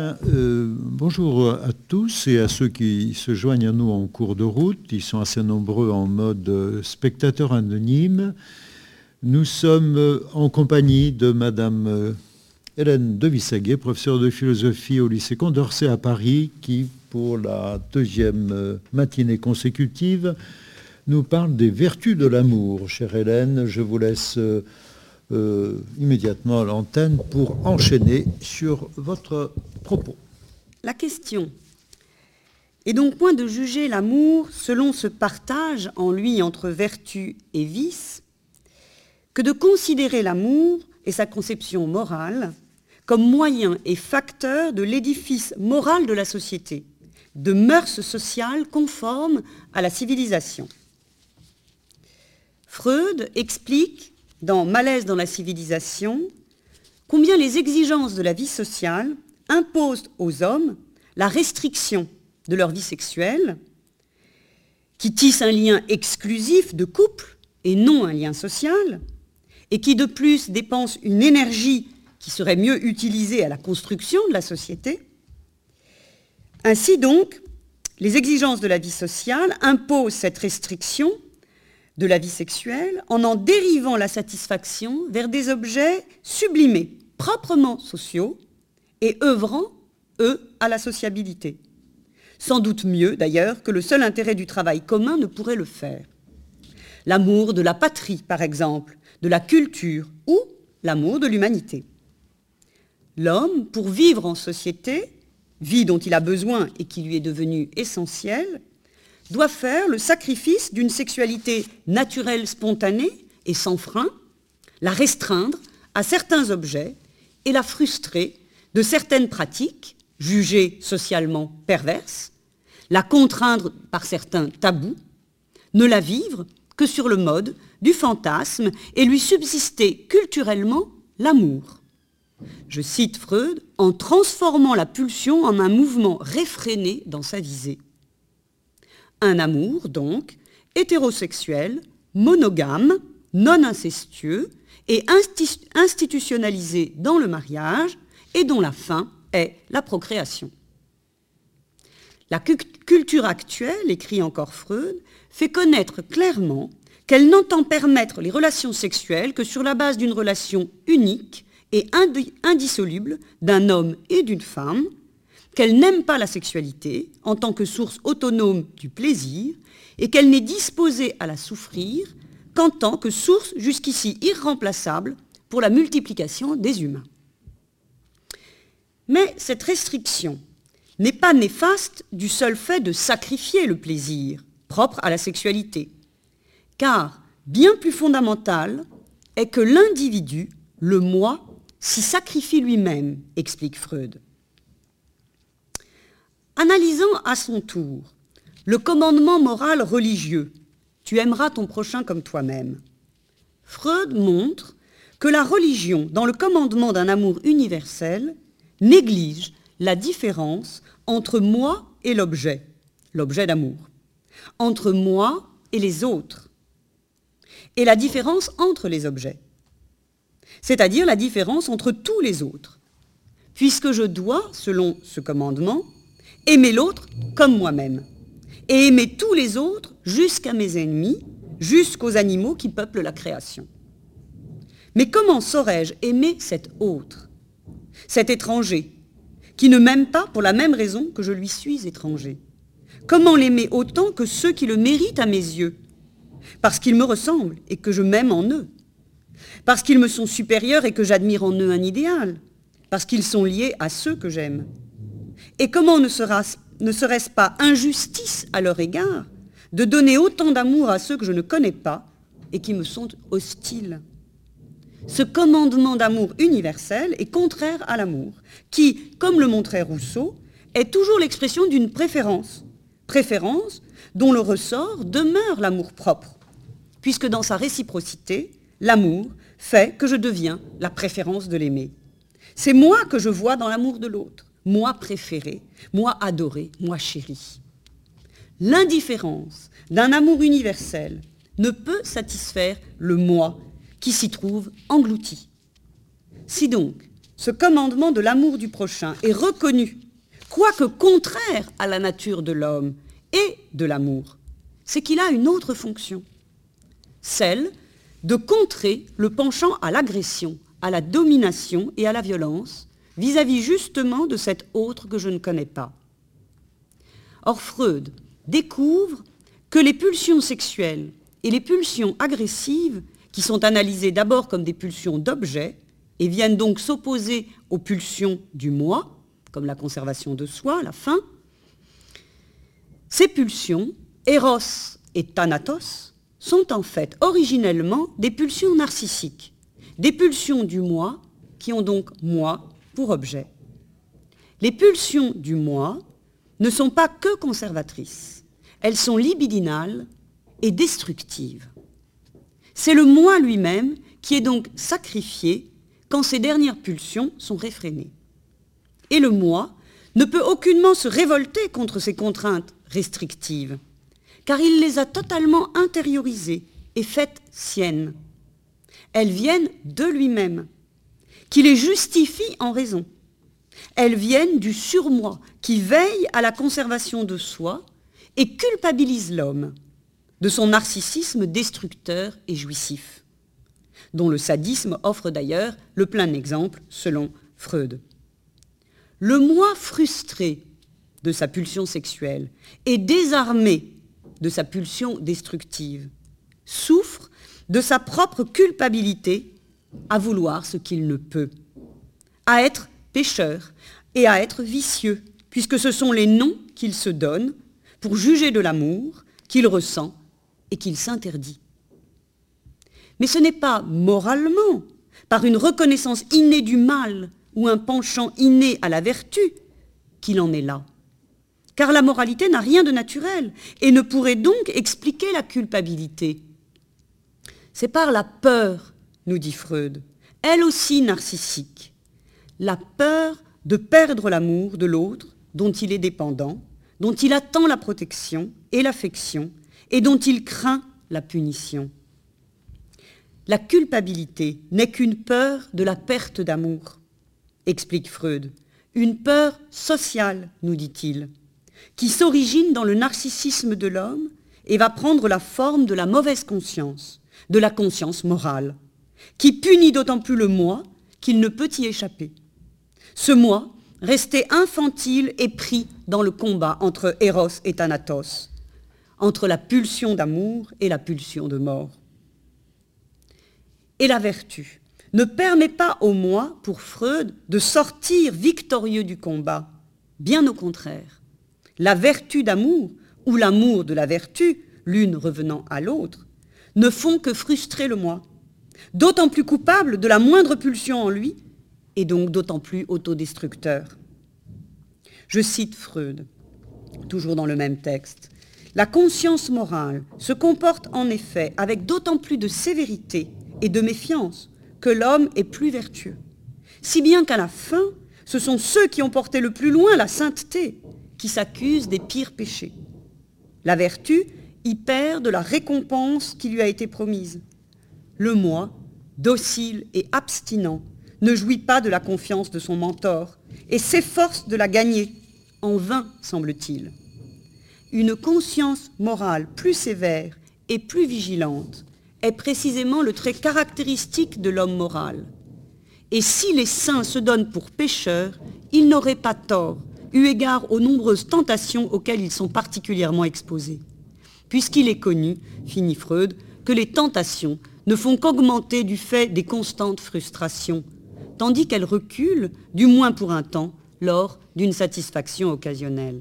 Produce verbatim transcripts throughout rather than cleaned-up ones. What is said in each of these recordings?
Bien, euh, bonjour à tous et à ceux qui se joignent à nous en cours de route. Ils sont assez nombreux en mode euh, spectateur anonyme. Nous sommes en compagnie de Madame euh, Hélène de Vissaguet, professeure de philosophie au lycée Condorcet à Paris, qui, pour la deuxième euh, matinée consécutive, nous parle des vertus de l'amour. Chère Hélène, je vous laisse euh, euh, immédiatement l'antenne pour enchaîner sur votre propos. La question est donc point de juger l'amour selon ce partage en lui entre vertu et vice, que de considérer l'amour et sa conception morale comme moyen et facteur de l'édifice moral de la société, de mœurs sociales conformes à la civilisation. Freud explique dans Malaise dans la civilisation combien les exigences de la vie sociale imposent aux hommes la restriction de leur vie sexuelle, qui tisse un lien exclusif de couple et non un lien social, et qui de plus dépense une énergie qui serait mieux utilisée à la construction de la société. Ainsi donc, les exigences de la vie sociale imposent cette restriction de la vie sexuelle en en dérivant la satisfaction vers des objets sublimés, proprement sociaux, et œuvrant, eux, à la sociabilité. Sans doute mieux, d'ailleurs, que le seul intérêt du travail commun ne pourrait le faire. L'amour de la patrie, par exemple, de la culture, ou l'amour de l'humanité. L'homme, pour vivre en société, vie dont il a besoin et qui lui est devenue essentielle, doit faire le sacrifice d'une sexualité naturelle, spontanée et sans frein, la restreindre à certains objets et la frustrer de certaines pratiques jugées socialement perverses, la contraindre par certains tabous, ne la vivre que sur le mode du fantasme et lui subsister culturellement l'amour. Je cite Freud, en transformant la pulsion en un mouvement réfréné dans sa visée. Un amour, donc, hétérosexuel, monogame, non incestueux et insti- institutionnalisé dans le mariage et dont la fin est la procréation. La cu- culture actuelle, écrit encore Freud, fait connaître clairement qu'elle n'entend permettre les relations sexuelles que sur la base d'une relation unique et indi- indissoluble d'un homme et d'une femme, qu'elle n'aime pas la sexualité en tant que source autonome du plaisir et qu'elle n'est disposée à la souffrir qu'en tant que source jusqu'ici irremplaçable pour la multiplication des humains. Mais cette restriction n'est pas néfaste du seul fait de sacrifier le plaisir propre à la sexualité, car bien plus fondamental est que l'individu, le moi, s'y sacrifie lui-même, explique Freud. Analysant à son tour le commandement moral religieux « Tu aimeras ton prochain comme toi-même », Freud montre que la religion, dans le commandement d'un amour universel, néglige la différence entre moi et l'objet, l'objet d'amour, entre moi et les autres, et la différence entre les objets, c'est-à-dire la différence entre tous les autres, puisque je dois, selon ce commandement, aimer l'autre comme moi-même, et aimer tous les autres jusqu'à mes ennemis, jusqu'aux animaux qui peuplent la création. Mais comment saurais-je aimer cet autre, cet étranger, qui ne m'aime pas pour la même raison que je lui suis étranger? Comment l'aimer autant que ceux qui le méritent à mes yeux, parce qu'ils me ressemblent et que je m'aime en eux, parce qu'ils me sont supérieurs et que j'admire en eux un idéal, parce qu'ils sont liés à ceux que j'aime? Et comment ne sera-ce, ne serait-ce pas injustice à leur égard de donner autant d'amour à ceux que je ne connais pas et qui me sont hostiles? Ce commandement d'amour universel est contraire à l'amour, qui, comme le montrait Rousseau, est toujours l'expression d'une préférence, préférence dont le ressort demeure l'amour propre, puisque dans sa réciprocité, l'amour fait que je deviens la préférence de l'aimer. C'est moi que je vois dans l'amour de l'autre, moi préféré, moi adoré, moi chéri. L'indifférence d'un amour universel ne peut satisfaire le moi qui s'y trouve englouti. Si donc ce commandement de l'amour du prochain est reconnu, quoique contraire à la nature de l'homme et de l'amour, c'est qu'il a une autre fonction, celle de contrer le penchant à l'agression, à la domination et à la violence, vis-à-vis justement de cet autre que je ne connais pas. Or, Freud découvre que les pulsions sexuelles et les pulsions agressives, qui sont analysées d'abord comme des pulsions d'objet et viennent donc s'opposer aux pulsions du moi, comme la conservation de soi, la faim, ces pulsions, Eros et Thanatos, sont en fait originellement des pulsions narcissiques, des pulsions du moi qui ont donc moi pour objet. Les pulsions du moi ne sont pas que conservatrices, elles sont libidinales et destructives. C'est le moi lui-même qui est donc sacrifié quand ces dernières pulsions sont réfrénées. Et le moi ne peut aucunement se révolter contre ces contraintes restrictives, car il les a totalement intériorisées et faites siennes. Elles viennent de lui-même, qui les justifie en raison. Elles viennent du surmoi, qui veille à la conservation de soi et culpabilise l'homme de son narcissisme destructeur et jouissif, dont le sadisme offre d'ailleurs le plein exemple selon Freud. Le moi frustré de sa pulsion sexuelle et désarmé de sa pulsion destructive souffre de sa propre culpabilité à vouloir ce qu'il ne peut, à être pécheur et à être vicieux, puisque ce sont les noms qu'il se donne pour juger de l'amour qu'il ressent et qu'il s'interdit. Mais ce n'est pas moralement, par une reconnaissance innée du mal ou un penchant inné à la vertu, qu'il en est là. Car la moralité n'a rien de naturel et ne pourrait donc expliquer la culpabilité. C'est par la peur, nous dit Freud, elle aussi narcissique, la peur de perdre l'amour de l'autre dont il est dépendant, dont il attend la protection et l'affection, et dont il craint la punition. La culpabilité n'est qu'une peur de la perte d'amour, explique Freud, une peur sociale, nous dit-il, qui s'origine dans le narcissisme de l'homme et va prendre la forme de la mauvaise conscience, de la conscience morale, qui punit d'autant plus le moi qu'il ne peut y échapper. Ce moi, resté infantile et pris dans le combat entre Eros et Thanatos, entre la pulsion d'amour et la pulsion de mort. Et la vertu ne permet pas au moi, pour Freud, de sortir victorieux du combat. Bien au contraire. La vertu d'amour ou l'amour de la vertu, l'une revenant à l'autre, ne font que frustrer le moi, d'autant plus coupable de la moindre pulsion en lui, et donc d'autant plus autodestructeur. Je cite Freud, toujours dans le même texte. La conscience morale se comporte en effet avec d'autant plus de sévérité et de méfiance que l'homme est plus vertueux, si bien qu'à la fin, ce sont ceux qui ont porté le plus loin la sainteté qui s'accusent des pires péchés. La vertu y perd de la récompense qui lui a été promise. Le moi, docile et abstinent, ne jouit pas de la confiance de son mentor et s'efforce de la gagner, en vain semble-t-il. Une conscience morale plus sévère et plus vigilante est précisément le trait caractéristique de l'homme moral. Et si les saints se donnent pour pécheurs, ils n'auraient pas tort, eu égard aux nombreuses tentations auxquelles ils sont particulièrement exposés. Puisqu'il est connu, finit Freud, que les tentations ne font qu'augmenter du fait des constantes frustrations, tandis qu'elles reculent, du moins pour un temps, lors d'une satisfaction occasionnelle.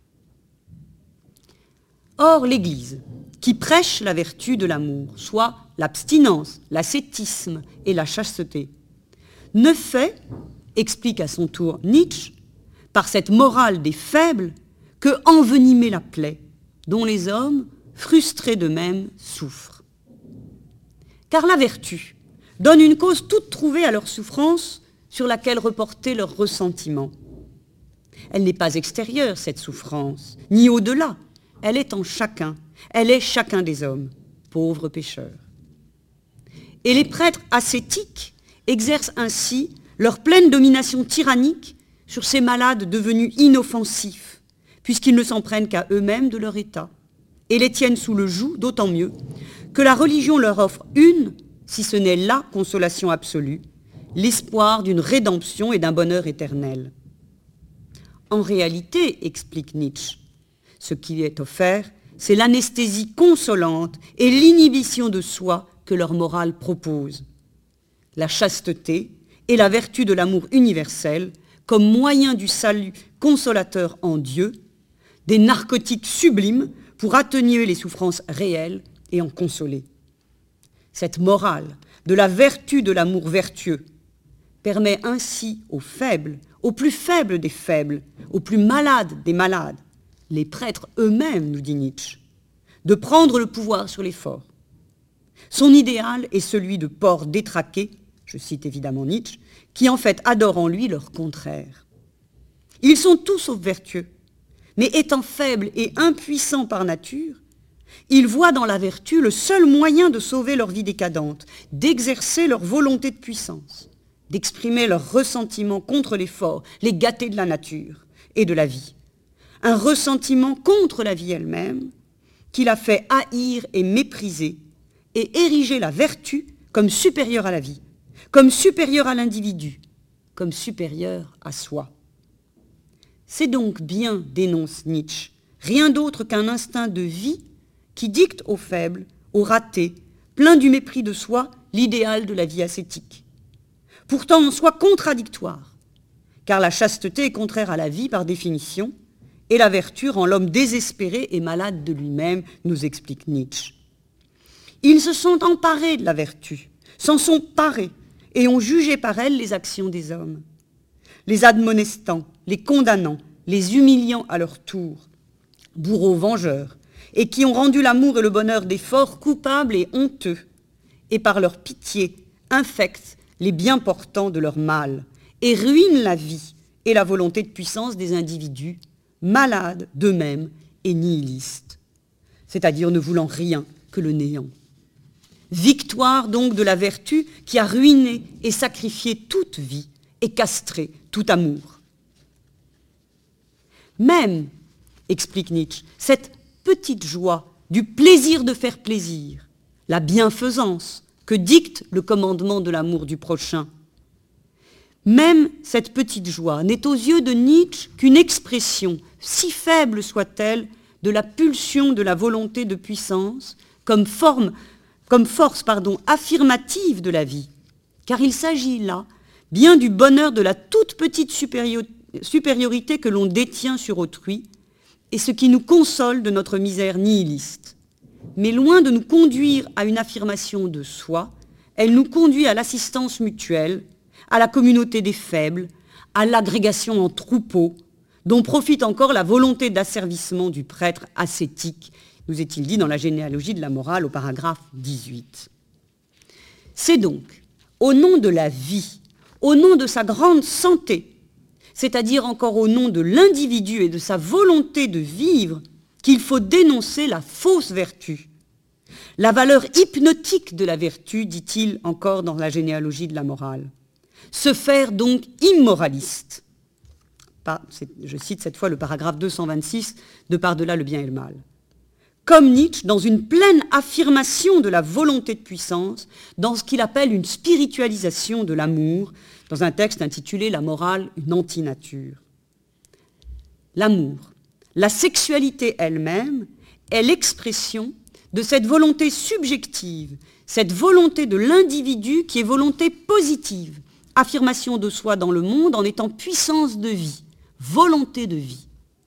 Or, l'Église, qui prêche la vertu de l'amour, soit l'abstinence, l'ascétisme et la chasteté, ne fait, explique à son tour Nietzsche, par cette morale des faibles, que envenimer la plaie, dont les hommes, frustrés d'eux-mêmes, souffrent. Car la vertu donne une cause toute trouvée à leur souffrance sur laquelle reporter leur ressentiment. Elle n'est pas extérieure, cette souffrance, ni au-delà. Elle est en chacun. Elle est chacun des hommes, pauvres pécheurs. Et les prêtres ascétiques exercent ainsi leur pleine domination tyrannique sur ces malades devenus inoffensifs, puisqu'ils ne s'en prennent qu'à eux-mêmes de leur état, et les tiennent sous le joug, d'autant mieux que la religion leur offre une, si ce n'est la consolation absolue, l'espoir d'une rédemption et d'un bonheur éternel. En réalité, explique Nietzsche, ce qui est offert, c'est l'anesthésie consolante et l'inhibition de soi que leur morale propose. La chasteté et la vertu de l'amour universel comme moyen du salut consolateur en Dieu, des narcotiques sublimes pour atténuer les souffrances réelles et en consoler. Cette morale de la vertu de l'amour vertueux permet ainsi aux faibles, aux plus faibles des faibles, aux plus malades des malades, les prêtres eux-mêmes, nous dit Nietzsche, de prendre le pouvoir sur les forts. Son idéal est celui de porcs détraqués, je cite évidemment Nietzsche, qui en fait adorent en lui leur contraire. Ils sont tous sauf vertueux, mais étant faibles et impuissants par nature, ils voient dans la vertu le seul moyen de sauver leur vie décadente, d'exercer leur volonté de puissance, d'exprimer leur ressentiment contre les forts, les gâtés de la nature et de la vie. Un ressentiment contre la vie elle-même qui la fait haïr et mépriser et ériger la vertu comme supérieure à la vie, comme supérieure à l'individu, comme supérieure à soi. C'est donc bien, dénonce Nietzsche, rien d'autre qu'un instinct de vie qui dicte aux faibles, aux ratés, pleins du mépris de soi, l'idéal de la vie ascétique. Pourtant en soi contradictoire, car la chasteté est contraire à la vie par définition, et la vertu rend l'homme désespéré et malade de lui-même, nous explique Nietzsche. Ils se sont emparés de la vertu, s'en sont parés, et ont jugé par elle les actions des hommes, les admonestant, les condamnant, les humiliant à leur tour, bourreaux vengeurs, et qui ont rendu l'amour et le bonheur des forts coupables et honteux, et par leur pitié infectent les bien portants de leur mal, et ruinent la vie et la volonté de puissance des individus, malades d'eux-mêmes et nihilistes, c'est-à-dire ne voulant rien que le néant. Victoire donc de la vertu qui a ruiné et sacrifié toute vie et castré tout amour. Même, explique Nietzsche, cette petite joie du plaisir de faire plaisir, la bienfaisance que dicte le commandement de l'amour du prochain, même cette petite joie n'est aux yeux de Nietzsche qu'une expression, si faible soit-elle, de la pulsion de la volonté de puissance comme forme comme force pardon, affirmative de la vie, car il s'agit là bien du bonheur de la toute petite supériorité que l'on détient sur autrui, et ce qui nous console de notre misère nihiliste. Mais loin de nous conduire à une affirmation de soi, elle nous conduit à l'assistance mutuelle, à la communauté des faibles, à l'agrégation en troupeaux, dont profite encore la volonté d'asservissement du prêtre ascétique, nous est-il dit dans la généalogie de la morale au paragraphe dix-huit. C'est donc au nom de la vie, au nom de sa grande santé, c'est-à-dire encore au nom de l'individu et de sa volonté de vivre, qu'il faut dénoncer la fausse vertu. La valeur hypnotique de la vertu, dit-il encore dans la généalogie de la morale. Se faire donc immoraliste. Pas, je cite cette fois le paragraphe deux cent vingt-six de Par-delà le bien et le mal. Comme Nietzsche, dans une pleine affirmation de la volonté de puissance, dans ce qu'il appelle une spiritualisation de l'amour, dans un texte intitulé « La morale, une antinature ». L'amour, la sexualité elle-même, est l'expression de cette volonté subjective, cette volonté de l'individu qui est volonté positive, affirmation de soi dans le monde en étant puissance de vie, volonté de vie.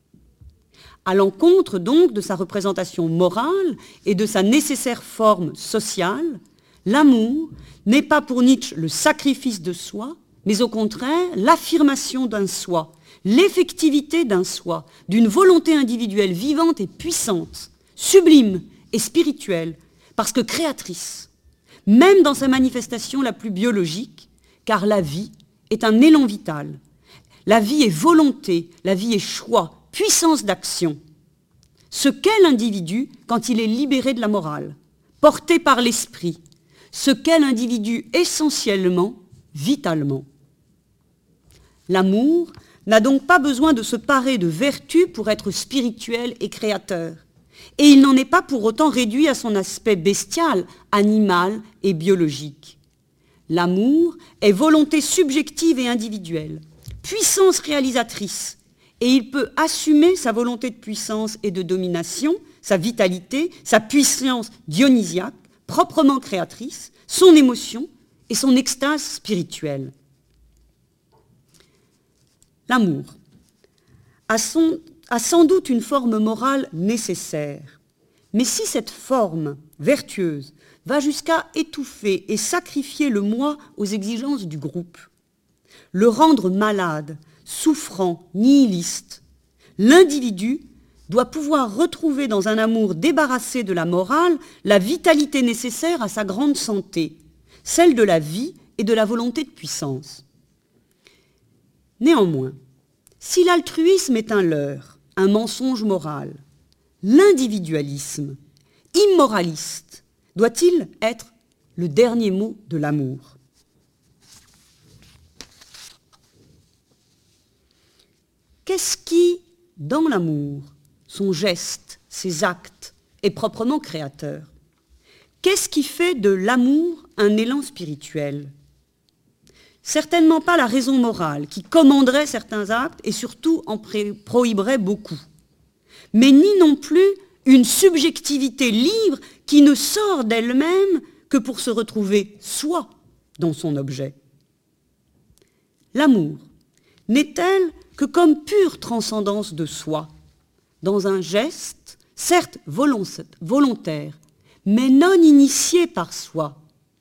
À l'encontre donc de sa représentation morale et de sa nécessaire forme sociale, l'amour n'est pas pour Nietzsche le sacrifice de soi, mais au contraire l'affirmation d'un soi, l'effectivité d'un soi, d'une volonté individuelle vivante et puissante, sublime et spirituelle, parce que créatrice, même dans sa manifestation la plus biologique, car la vie est un élan vital. La vie est volonté, la vie est choix, puissance d'action. Ce qu'est l'individu quand il est libéré de la morale, porté par l'esprit, ce qu'est l'individu essentiellement, vitalement. L'amour n'a donc pas besoin de se parer de vertu pour être spirituel et créateur. Et il n'en est pas pour autant réduit à son aspect bestial, animal et biologique. L'amour est volonté subjective et individuelle, puissance réalisatrice, et il peut assumer sa volonté de puissance et de domination, sa vitalité, sa puissance dionysiaque, proprement créatrice, son émotion et son extase spirituelle. L'amour a, son, a sans doute une forme morale nécessaire, mais si cette forme vertueuse va jusqu'à étouffer et sacrifier le moi aux exigences du groupe, le rendre malade, souffrant, nihiliste, l'individu doit pouvoir retrouver dans un amour débarrassé de la morale la vitalité nécessaire à sa grande santé, celle de la vie et de la volonté de puissance. Néanmoins, si l'altruisme est un leurre, un mensonge moral, l'individualisme, immoraliste, doit-il être le dernier mot de l'amour ? Qu'est-ce qui, dans l'amour, son geste, ses actes, est proprement créateur ? Qu'est-ce qui fait de l'amour un élan spirituel ? Certainement pas la raison morale qui commanderait certains actes et surtout en prohiberait beaucoup, mais ni non plus une subjectivité libre qui ne sort d'elle-même que pour se retrouver soi dans son objet. L'amour n'est-elle que comme pure transcendance de soi, dans un geste, certes volontaire, mais non initié par soi.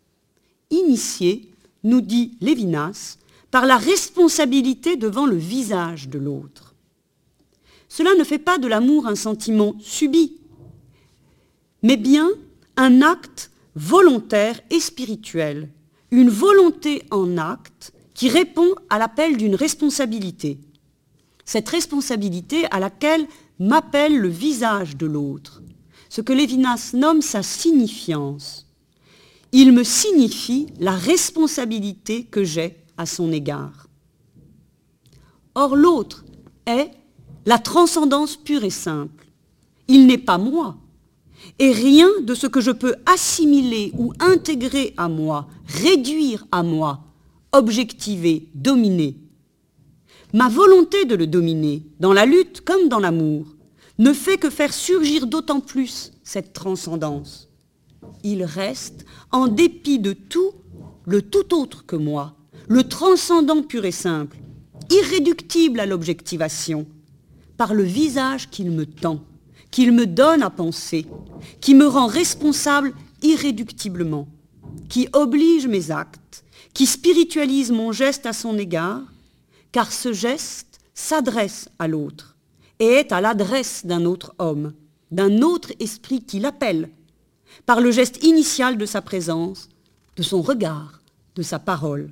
Initié, nous dit Lévinas, par la responsabilité devant le visage de l'autre. Cela ne fait pas de l'amour un sentiment subi, mais bien un acte volontaire et spirituel, une volonté en acte qui répond à l'appel d'une responsabilité. Cette responsabilité à laquelle m'appelle le visage de l'autre, ce que Lévinas nomme sa signifiance. Il me signifie la responsabilité que j'ai à son égard. Or l'autre est la transcendance pure et simple. Il n'est pas moi, et rien de ce que je peux assimiler ou intégrer à moi, réduire à moi, objectiver, dominer. Ma volonté de le dominer, dans la lutte comme dans l'amour, ne fait que faire surgir d'autant plus cette transcendance. Il reste, en dépit de tout, le tout autre que moi, le transcendant pur et simple, irréductible à l'objectivation, par le visage qu'il me tend, qu'il me donne à penser, qui me rend responsable irréductiblement, qui oblige mes actes, qui spiritualise mon geste à son égard, car ce geste s'adresse à l'autre et est à l'adresse d'un autre homme, d'un autre esprit qui l'appelle, par le geste initial de sa présence, de son regard, de sa parole.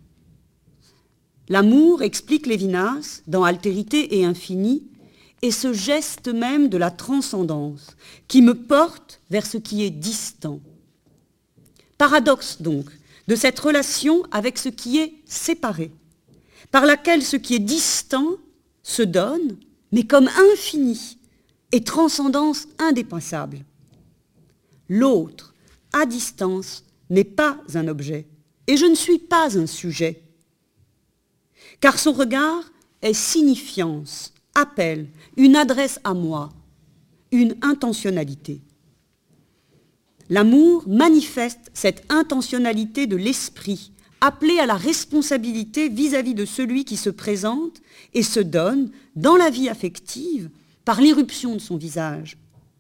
L'amour, explique Lévinas, dans Altérité et Infini, est ce geste même de la transcendance qui me porte vers ce qui est distant. Paradoxe donc de cette relation avec ce qui est séparé, par laquelle ce qui est distant se donne, mais comme infini et transcendance indépassable. L'autre, à distance, n'est pas un objet, et je ne suis pas un sujet, car son regard est signifiance, appel, une adresse à moi, une intentionnalité. L'amour manifeste cette intentionnalité de l'esprit, appelé à la responsabilité vis-à-vis de celui qui se présente et se donne dans la vie affective par l'irruption de son visage.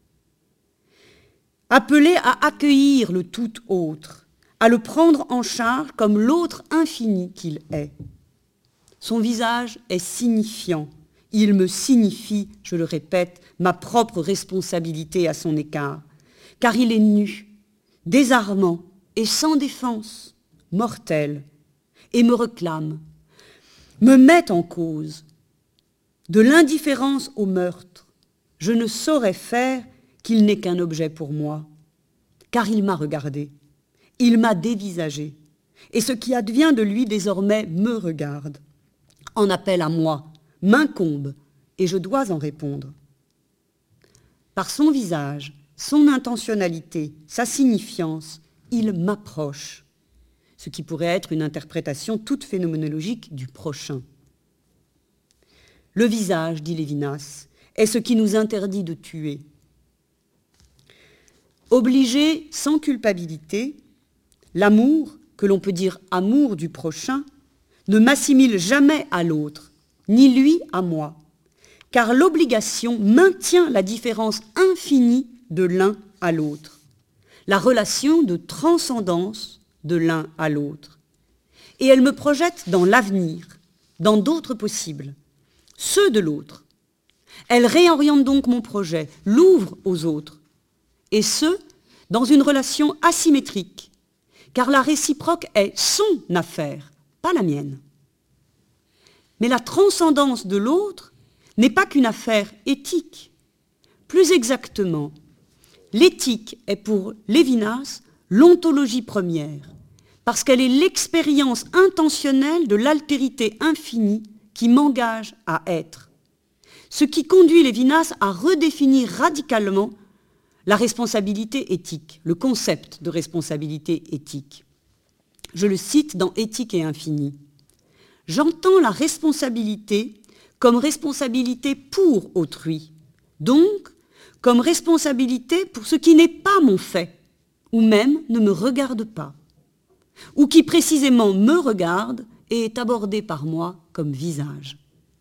Appelé à accueillir le tout autre, à le prendre en charge comme l'autre infini qu'il est. Son visage est signifiant. Il me signifie, je le répète, ma propre responsabilité à son écart, car il est nu, désarmant et sans défense, mortel, et me réclame, me met en cause. De l'indifférence au meurtre, je ne saurais faire qu'il n'est qu'un objet pour moi, car il m'a regardé, il m'a dévisagé, et ce qui advient de lui désormais me regarde. en appelle à moi, m'incombe, et je dois en répondre. Par son visage, son intentionnalité, sa signifiance, il m'approche, ce qui pourrait être une interprétation toute phénoménologique du prochain. Le visage, dit Lévinas, est ce qui nous interdit de tuer. Obligé sans culpabilité, l'amour, que l'on peut dire amour du prochain, ne m'assimile jamais à l'autre, ni lui à moi, car l'obligation maintient la différence infinie de l'un à l'autre, la relation de transcendance de l'un à l'autre. Et elle me projette dans l'avenir, dans d'autres possibles, ceux de l'autre. Elle réoriente donc mon projet, l'ouvre aux autres, et ce, dans une relation asymétrique, car la réciproque est son affaire, pas la mienne. Mais la transcendance de l'autre n'est pas qu'une affaire éthique. Plus exactement, l'éthique est pour Lévinas l'ontologie première, parce qu'elle est l'expérience intentionnelle de l'altérité infinie qui m'engage à être. Ce qui conduit Lévinas à redéfinir radicalement la responsabilité éthique, le concept de responsabilité éthique. Je le cite dans Éthique et infini. J'entends la responsabilité comme responsabilité pour autrui, donc comme responsabilité pour ce qui n'est pas mon fait, ou même ne me regarde pas, ou qui précisément me regarde et est abordé par moi comme visage.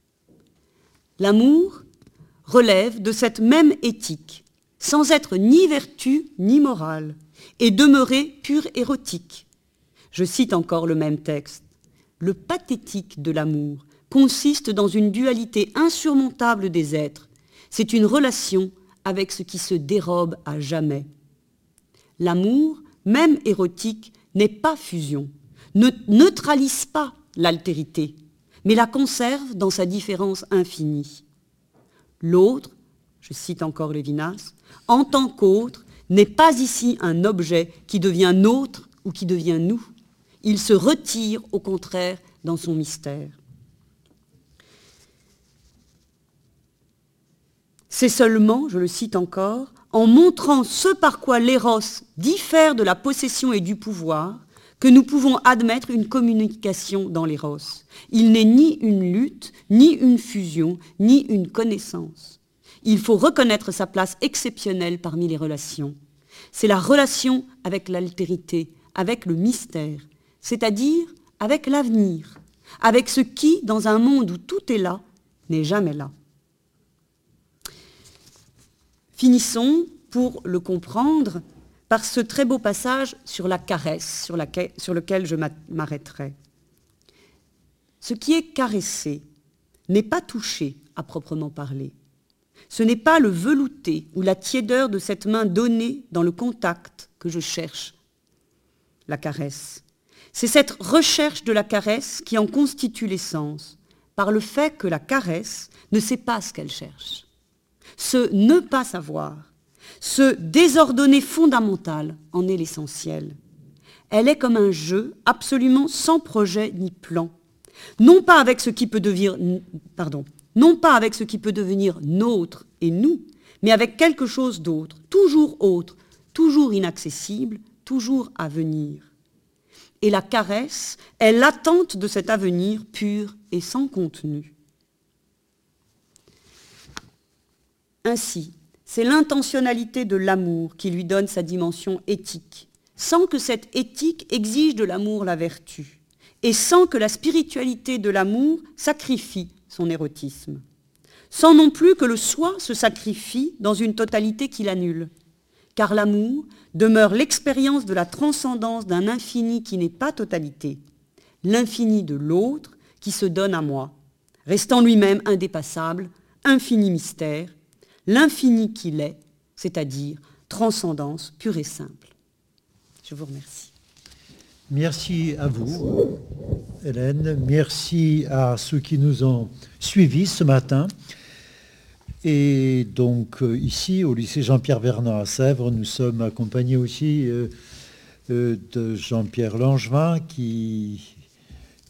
L'amour relève de cette même éthique, sans être ni vertu ni morale, et demeurer pur érotique. Je cite encore le même texte. Le pathétique de l'amour consiste dans une dualité insurmontable des êtres. C'est une relation avec ce qui se dérobe à jamais. L'amour, même érotique, n'est pas fusion, ne neutralise pas l'altérité, mais la conserve dans sa différence infinie. L'autre, je cite encore Lévinas, en tant qu'autre, n'est pas ici un objet qui devient nôtre ou qui devient nous. Il se retire, au contraire, dans son mystère. C'est seulement, je le cite encore, en montrant ce par quoi l'éros diffère de la possession et du pouvoir que nous pouvons admettre une communication dans l'éros. Il n'est ni une lutte, ni une fusion, ni une connaissance. Il faut reconnaître sa place exceptionnelle parmi les relations. C'est la relation avec l'altérité, avec le mystère, c'est-à-dire avec l'avenir, avec ce qui, dans un monde où tout est là, n'est jamais là. Finissons, pour le comprendre, par ce très beau passage sur la caresse, sur, laquelle, sur lequel je m'arrêterai. Ce qui est caressé n'est pas touché à proprement parler. Ce n'est pas le velouté ou la tiédeur de cette main donnée dans le contact que je cherche, la caresse. C'est cette recherche de la caresse qui en constitue l'essence, par le fait que la caresse ne sait pas ce qu'elle cherche. Ce ne pas savoir, ce désordonné fondamental en est l'essentiel. Elle est comme un jeu absolument sans projet ni plan, non pas avec ce qui peut devenir, pardon, non pas avec ce qui peut devenir nôtre et nous, mais avec quelque chose d'autre, toujours autre, toujours inaccessible, toujours à venir. Et la caresse est l'attente de cet avenir pur et sans contenu. Ainsi, c'est l'intentionnalité de l'amour qui lui donne sa dimension éthique, sans que cette éthique exige de l'amour la vertu, et sans que la spiritualité de l'amour sacrifie son érotisme, sans non plus que le soi se sacrifie dans une totalité qui l'annule, car l'amour demeure l'expérience de la transcendance d'un infini qui n'est pas totalité, l'infini de l'autre qui se donne à moi, restant lui-même indépassable, infini mystère, l'infini qu'il est, c'est-à-dire transcendance pure et simple. Je vous remercie. Merci à vous, Hélène. Merci à ceux qui nous ont suivis ce matin. Et donc ici, au lycée Jean-Pierre Vernant à Sèvres, nous sommes accompagnés aussi euh, euh, de Jean-Pierre Langevin qui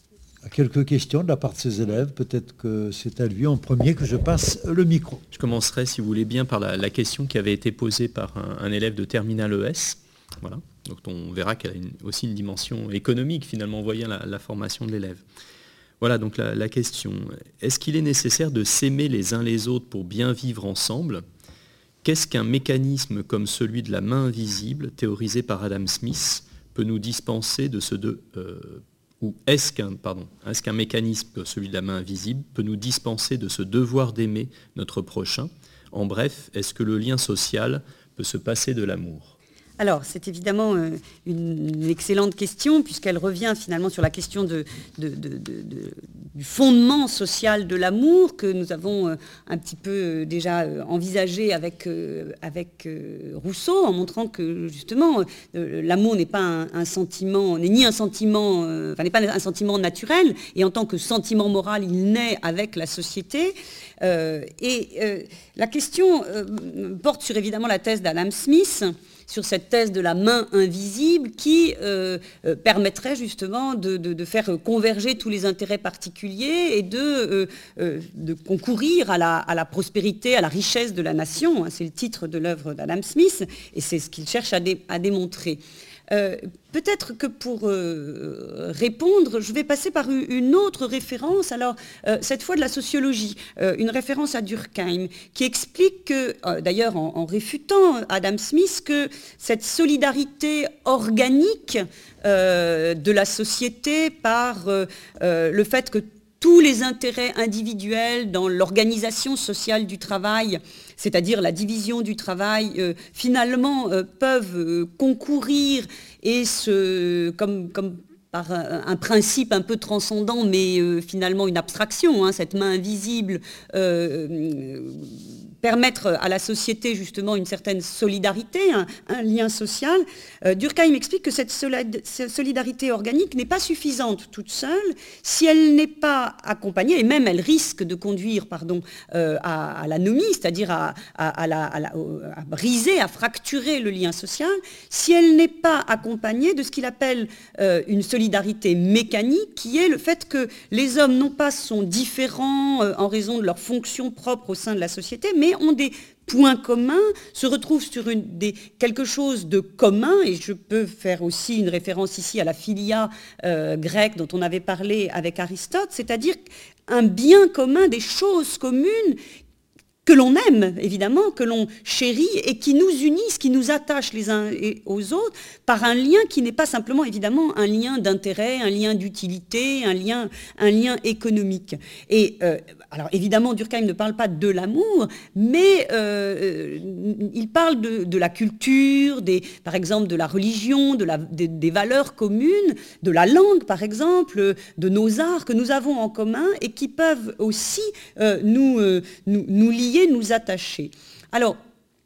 à quelques questions de la part de ses élèves. Peut-être que c'est à lui en premier que je passe le micro. Je commencerai, si vous voulez bien, par la, la question qui avait été posée par un, un élève de terminale E S. Voilà. Donc on verra qu'elle a une, aussi une dimension économique, finalement, en voyant la, la formation de l'élève. Voilà, donc la, la question. Est-ce qu'il est nécessaire de s'aimer les uns les autres pour bien vivre ensemble ? Qu'est-ce qu'un mécanisme comme celui de la main invisible, théorisé par Adam Smith, peut nous dispenser de ce de... Euh, ou est-ce qu'un, pardon, est-ce qu'un mécanisme comme celui de la main invisible peut nous dispenser de ce devoir d'aimer notre prochain ? En bref, est-ce que le lien social peut se passer de l'amour ? Alors, c'est évidemment euh, une, une excellente question, puisqu'elle revient finalement sur la question de, de, de, de, de, du fondement social de l'amour, que nous avons euh, un petit peu euh, déjà euh, envisagé avec, euh, avec euh, Rousseau, en montrant que justement, euh, l'amour n'est pas un, un sentiment, n'est ni un sentiment, euh, enfin, n'est pas un sentiment naturel, et en tant que sentiment moral, il naît avec la société. Euh, et euh, la question euh, porte sur évidemment la thèse d'Adam Smith, sur cette thèse de la main invisible qui euh, euh, permettrait justement de, de, de faire converger tous les intérêts particuliers et de, euh, euh, de concourir à la, à la prospérité, à la richesse de la nation. C'est le titre de l'œuvre d'Adam Smith et c'est ce qu'il cherche à, dé, à démontrer. Euh, peut-être que pour euh, répondre, je vais passer par une autre référence, alors euh, cette fois de la sociologie, euh, une référence à Durkheim, qui explique que, euh, d'ailleurs en, en réfutant Adam Smith, que cette solidarité organique euh, de la société par euh, euh, le fait que tous les intérêts individuels dans l'organisation sociale du travail, c'est-à-dire la division du travail, euh, finalement euh, peuvent euh, concourir et se, comme, comme par un, un principe un peu transcendant, mais euh, finalement une abstraction, hein, cette main invisible, euh, euh, permettre à la société justement une certaine solidarité, un, un lien social. Euh, Durkheim explique que cette solidarité organique n'est pas suffisante toute seule si elle n'est pas accompagnée, et même elle risque de conduire pardon, euh, à, à l'anomie, c'est-à-dire à, à, à, la, à, la, à briser, à fracturer le lien social, si elle n'est pas accompagnée de ce qu'il appelle euh, une solidarité mécanique, qui est le fait que les hommes non pas sont différents euh, en raison de leurs fonctions propres au sein de la société, mais ont des points communs, se retrouvent sur une, des, quelque chose de commun, et je peux faire aussi une référence ici à la philia euh, grecque dont on avait parlé avec Aristote, c'est-à-dire un bien commun, des choses communes que l'on aime, évidemment, que l'on chérit et qui nous unissent, qui nous attachent les uns aux autres par un lien qui n'est pas simplement, évidemment, un lien d'intérêt, un lien d'utilité, un lien, un lien économique. Et euh, alors, évidemment, Durkheim ne parle pas de l'amour, mais euh, il parle de, de la culture, des, par exemple, de la religion, de la, des, des valeurs communes, de la langue, par exemple, de nos arts que nous avons en commun et qui peuvent aussi euh, nous, euh, nous, nous lier, nous attacher. Alors,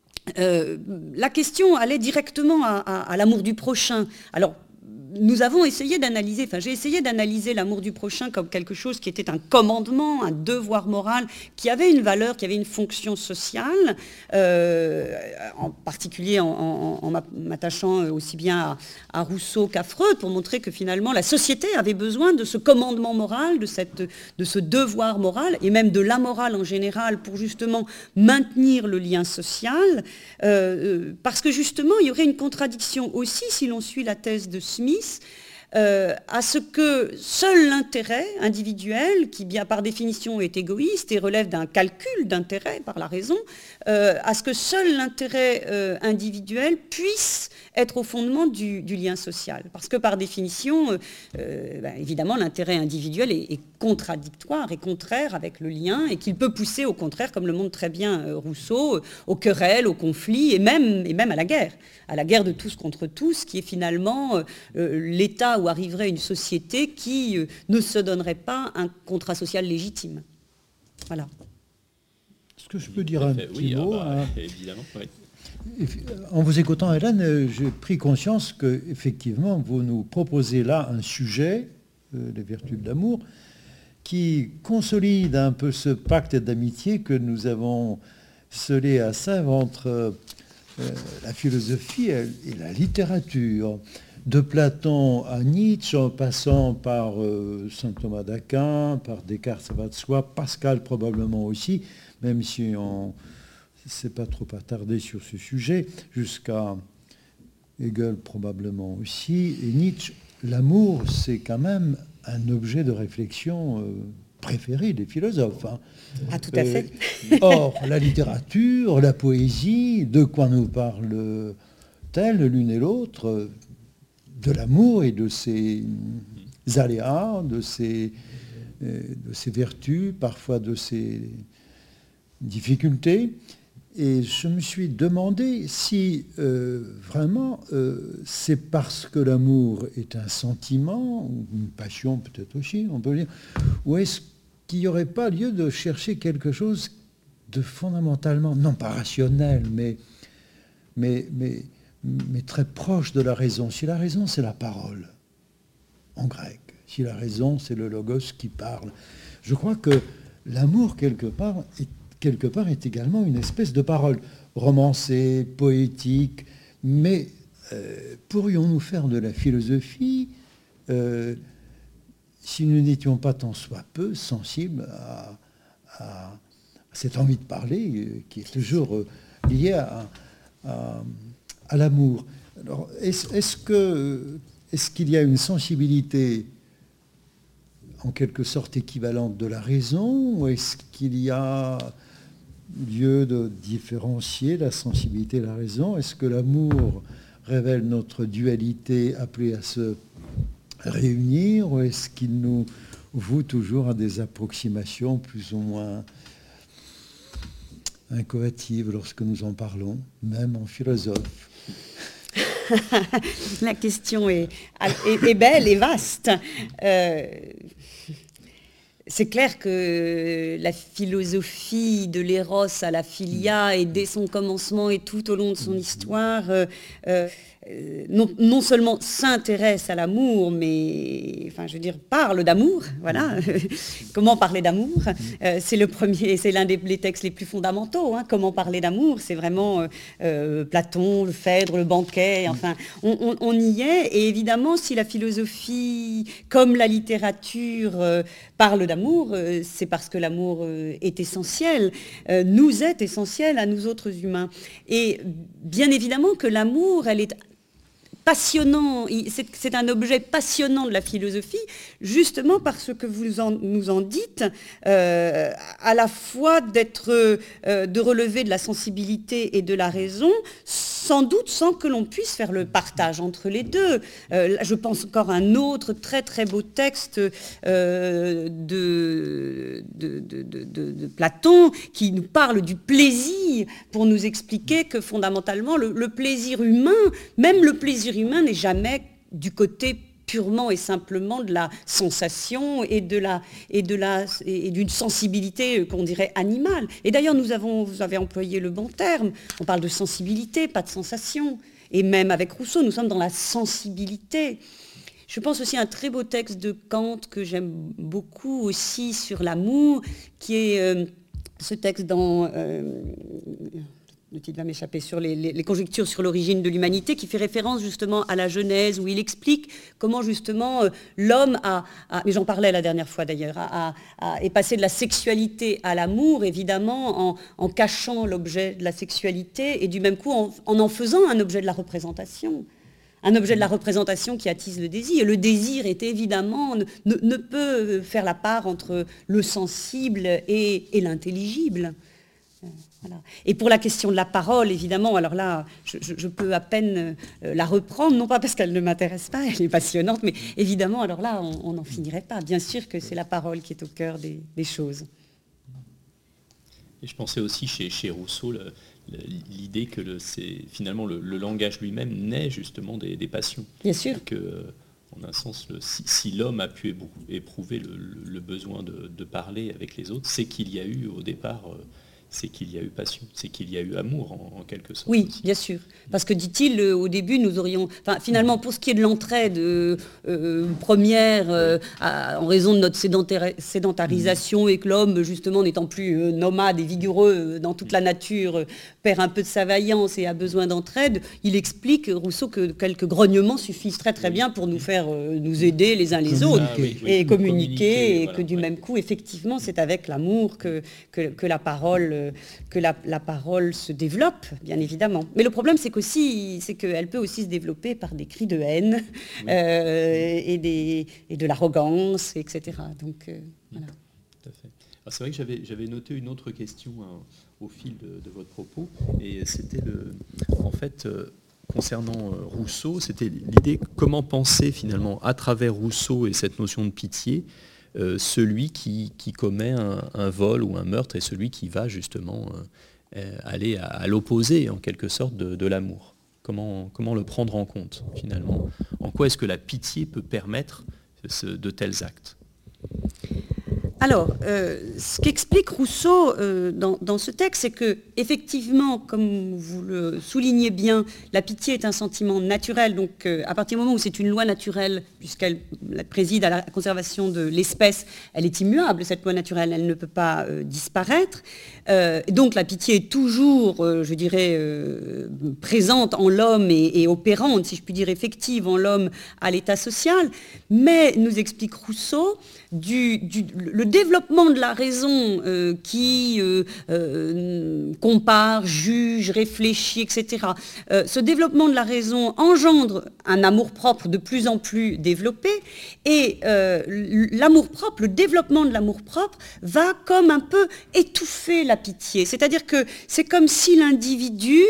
euh, la question allait directement à, à, à l'amour du prochain. Alors, nous avons essayé d'analyser, enfin j'ai essayé d'analyser l'amour du prochain comme quelque chose qui était un commandement, un devoir moral, qui avait une valeur, qui avait une fonction sociale, euh, en particulier en, en, en m'attachant aussi bien à, à Rousseau qu'à Freud, pour montrer que finalement la société avait besoin de ce commandement moral, de, cette, de ce devoir moral, et même de la morale en général, pour justement maintenir le lien social, euh, parce que justement il y aurait une contradiction aussi, si l'on suit la thèse de Smith, Euh, à ce que seul l'intérêt individuel, qui bien par définition est égoïste et relève d'un calcul d'intérêt par la raison, euh, à ce que seul l'intérêt euh, individuel puisse être au fondement du, du lien social. Parce que par définition, euh, ben, évidemment, l'intérêt individuel est, est contradictoire et contraire avec le lien, et qu'il peut pousser au contraire, comme le montre très bien euh, Rousseau, euh, aux querelles, aux conflits et même, et même à la guerre, à la guerre de tous contre tous, qui est finalement euh, l'état où arriverait une société qui euh, ne se donnerait pas un contrat social légitime. Voilà. Est-ce que je peux dire un petit oui, mot ah bah, hein. Évidemment, oui. En vous écoutant, Hélène, j'ai pris conscience que, effectivement, vous nous proposez là un sujet, euh, les vertus de l'amour, qui consolide un peu ce pacte d'amitié que nous avons scellé à Sèvres entre euh, la philosophie et la littérature. de Platon à Nietzsche, en passant par euh, saint Thomas d'Aquin, par Descartes, ça va de soi, Pascal probablement aussi, même si on ne s'est pas trop attardé sur ce sujet, jusqu'à Hegel probablement aussi, et Nietzsche. L'amour, c'est quand même un objet de réflexion euh, préféré des philosophes. Hein. Ah, tout à fait. Euh, or, la littérature, la poésie, de quoi nous parlent-elles l'une et l'autre? De l'amour et de ses aléas, de ses, euh, de ses vertus, parfois de ses difficultés. Et je me suis demandé si euh, vraiment euh, c'est parce que l'amour est un sentiment, ou une passion peut-être aussi, on peut dire, ou est-ce qu'il n'y aurait pas lieu de chercher quelque chose de fondamentalement, non pas rationnel, mais, mais, mais, mais très proche de la raison. Si la raison, c'est la parole, en grec, si la raison, c'est le logos qui parle, je crois que l'amour, quelque part, est quelque part est également une espèce de parole romancée, poétique, mais euh, pourrions-nous faire de la philosophie euh, si nous n'étions pas tant soit peu sensibles à, à, à cette envie de parler euh, qui est toujours euh, liée à, à, à l'amour. Alors, est-ce, est-ce que, est-ce qu'il y a une sensibilité en quelque sorte équivalente de la raison, ou est-ce qu'il y a lieu de différencier la sensibilité et la raison? Est-ce que l'amour révèle notre dualité appelée à se réunir, ou est-ce qu'il nous voue toujours à des approximations plus ou moins incohérentes lorsque nous en parlons, même en philosophe? La question est, est, est belle et vaste. Euh, C'est clair que la philosophie de l'éros à la philia, et dès son commencement et tout au long de son histoire, euh, euh, non, non seulement s'intéresse à l'amour, mais, enfin, je veux dire, parle d'amour. Voilà. Comment parler d'amour? euh, C'est le premier, c'est l'un des les textes les plus fondamentaux. Hein. Comment parler d'amour? C'est vraiment euh, euh, Platon, le Phèdre, le banquet. Enfin, on, on, on y est. Et évidemment, si la philosophie, comme la littérature, euh, parle d'amour, euh, c'est parce que l'amour euh, est essentiel, euh, nous est essentiel à nous autres humains. Et bien évidemment que l'amour, elle est passionnant, c'est, c'est un objet passionnant de la philosophie, justement parce que vous en, nous en dites, euh, à la fois d'être, euh, de relever de la sensibilité et de la raison, sans doute sans que l'on puisse faire le partage entre les deux. Euh, je pense encore à un autre très très beau texte euh, de, de, de, de, de Platon qui nous parle du plaisir pour nous expliquer que fondamentalement le, le plaisir humain, même le plaisir humain n'est jamais du côté purement et simplement de la sensation et de la et de la et d'une sensibilité qu'on dirait animale. Et d'ailleurs, nous avons, vous avez employé le bon terme. On parle de sensibilité, pas de sensation. Et même avec Rousseau, nous sommes dans la sensibilité. Je pense aussi à un très beau texte de Kant que j'aime beaucoup aussi sur l'amour, qui est euh, ce texte dans euh, le titre va m'échapper, sur les, les, les conjectures sur l'origine de l'humanité, qui fait référence justement à la Genèse, où il explique comment justement euh, l'homme a, a, mais j'en parlais la dernière fois d'ailleurs, a, a, a, est passé de la sexualité à l'amour, évidemment, en, en cachant l'objet de la sexualité, et du même coup en, en en faisant un objet de la représentation. Un objet de la représentation qui attise le désir. Le désir est évidemment, ne, ne peut faire la part entre le sensible et, et l'intelligible. Voilà. Et pour la question de la parole, évidemment, alors là, je, je, je peux à peine euh, la reprendre, non pas parce qu'elle ne m'intéresse pas, elle est passionnante, mais évidemment, alors là, on n'en finirait pas. Bien sûr que c'est la parole qui est au cœur des, des choses. Et je pensais aussi chez, chez Rousseau le, le, l'idée que le, c'est, finalement le, le langage lui-même naît justement des, des passions. Bien sûr. Et que, en un sens, le, si, si l'homme a pu éprouver le, le, le besoin de, de parler avec les autres, c'est qu'il y a eu au départ... Euh, c'est qu'il y a eu passion, c'est qu'il y a eu amour en, en quelque sorte. Oui, aussi. bien sûr. Parce que, dit-il, euh, au début, nous aurions... Enfin, finalement, pour ce qui est de l'entraide euh, euh, première, euh, à, en raison de notre sédentari- sédentarisation et que l'homme, justement, n'étant plus euh, nomade et vigoureux euh, dans toute la nature, euh, perd un peu de sa vaillance et a besoin d'entraide, il explique, Rousseau, que quelques grognements suffisent très très bien pour nous faire euh, nous aider les uns les autres Ah, oui, oui, et communiquer, communiquer, et voilà, que du ouais. même coup, effectivement, c'est avec l'amour que, que, que la parole... que la, la parole se développe, bien évidemment. Mais le problème, c'est qu'aussi, c'est qu'elle peut aussi se développer par des cris de haine oui. euh, et, des, et de l'arrogance, et cetera. Donc, euh, voilà. Tout à fait. Alors, c'est vrai que j'avais, j'avais noté une autre question hein, au fil de, de votre propos, et c'était le, en fait, euh, concernant euh, Rousseau, c'était l'idée comment penser finalement à travers Rousseau et cette notion de pitié, Euh, celui qui, qui commet un, un vol ou un meurtre et celui qui va justement euh, aller à, à l'opposé en quelque sorte de, de l'amour. Comment, comment le prendre en compte finalement? En quoi est-ce que la pitié peut permettre ce, de tels actes? Alors, euh, ce qu'explique Rousseau euh, dans, dans ce texte, c'est que, effectivement, comme vous le soulignez bien, la pitié est un sentiment naturel. Donc, euh, à partir du moment où c'est une loi naturelle, puisqu'elle préside à la conservation de l'espèce, elle est immuable, cette loi naturelle, elle ne peut pas euh, disparaître. Euh, donc, la pitié est toujours, euh, je dirais, euh, présente en l'homme et, et opérante, si je puis dire, effective en l'homme à l'état social. Mais, nous explique Rousseau, du, du, le développement de la raison euh, qui euh, euh, compare, juge, réfléchit, et cetera, euh, ce développement de la raison engendre un amour-propre de plus en plus développé et euh, l'amour-propre, le développement de l'amour-propre va comme un peu étouffer la pitié. C'est-à-dire que c'est comme si l'individu,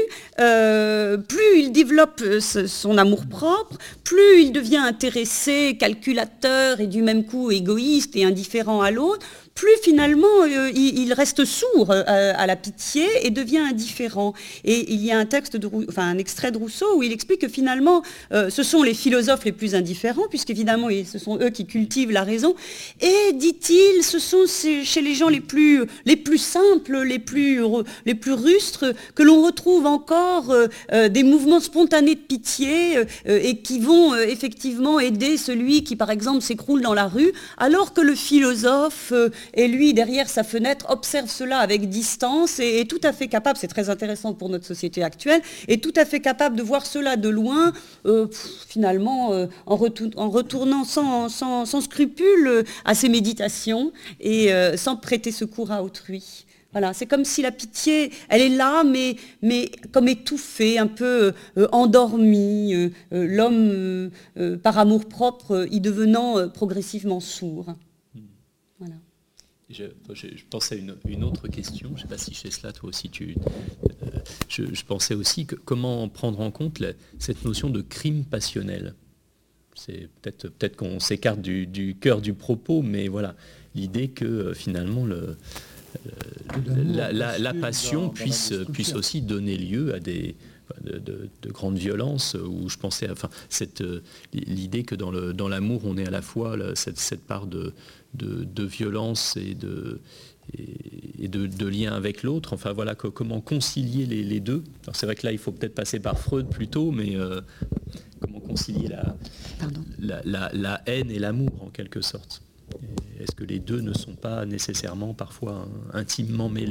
euh, plus il développe son amour-propre, plus il devient intéressé, calculateur et du même coup égoïste et indifférent à l'autre, plus finalement euh, il, il reste sourd euh, à la pitié et devient indifférent. Et il y a un texte, de, enfin un extrait de Rousseau où il explique que finalement euh, ce sont les philosophes les plus indifférents, puisqu'évidemment ce sont eux qui cultivent la raison. Et dit-il, ce sont ces, chez les gens les plus, les plus simples, les plus, les plus rustres, que l'on retrouve encore euh, euh, des mouvements spontanés de pitié euh, et qui vont euh, effectivement aider celui qui par exemple s'écroule dans la rue, alors que le philosophe euh, et lui, derrière sa fenêtre, observe cela avec distance et est tout à fait capable, c'est très intéressant pour notre société actuelle, est tout à fait capable de voir cela de loin, euh, pff, finalement, euh, en, retour, en retournant sans, sans, sans scrupule euh, à ses méditations et euh, sans prêter secours à autrui. Voilà, c'est comme si la pitié, elle est là, mais, mais comme étouffée, un peu euh, endormie, euh, euh, l'homme, euh, euh, par amour-propre, euh, y devenant euh, progressivement sourd. Voilà. Je, je, je pensais à une, une autre question, je ne sais pas si chez cela, toi aussi, tu, euh, je, je pensais aussi que comment prendre en compte la, cette notion de crime passionnel. C'est peut-être, peut-être qu'on s'écarte du, du cœur du propos, mais voilà, l'idée que euh, finalement le, euh, la, la, la passion dans, puisse, dans puisse aussi donner lieu à des... De, de, de grandes violences, où je pensais, enfin, cette, euh, l'idée que dans, le, dans l'amour, on est à la fois là, cette, cette part de, de, de violence et de, et, et de, de lien avec l'autre. Enfin voilà, que, comment concilier les, les deux. Alors, c'est vrai que là, il faut peut-être passer par Freud plutôt, mais euh, comment concilier la, la, la, la haine et l'amour en quelque sorte. Et est-ce que les deux ne sont pas nécessairement parfois intimement mêlés ?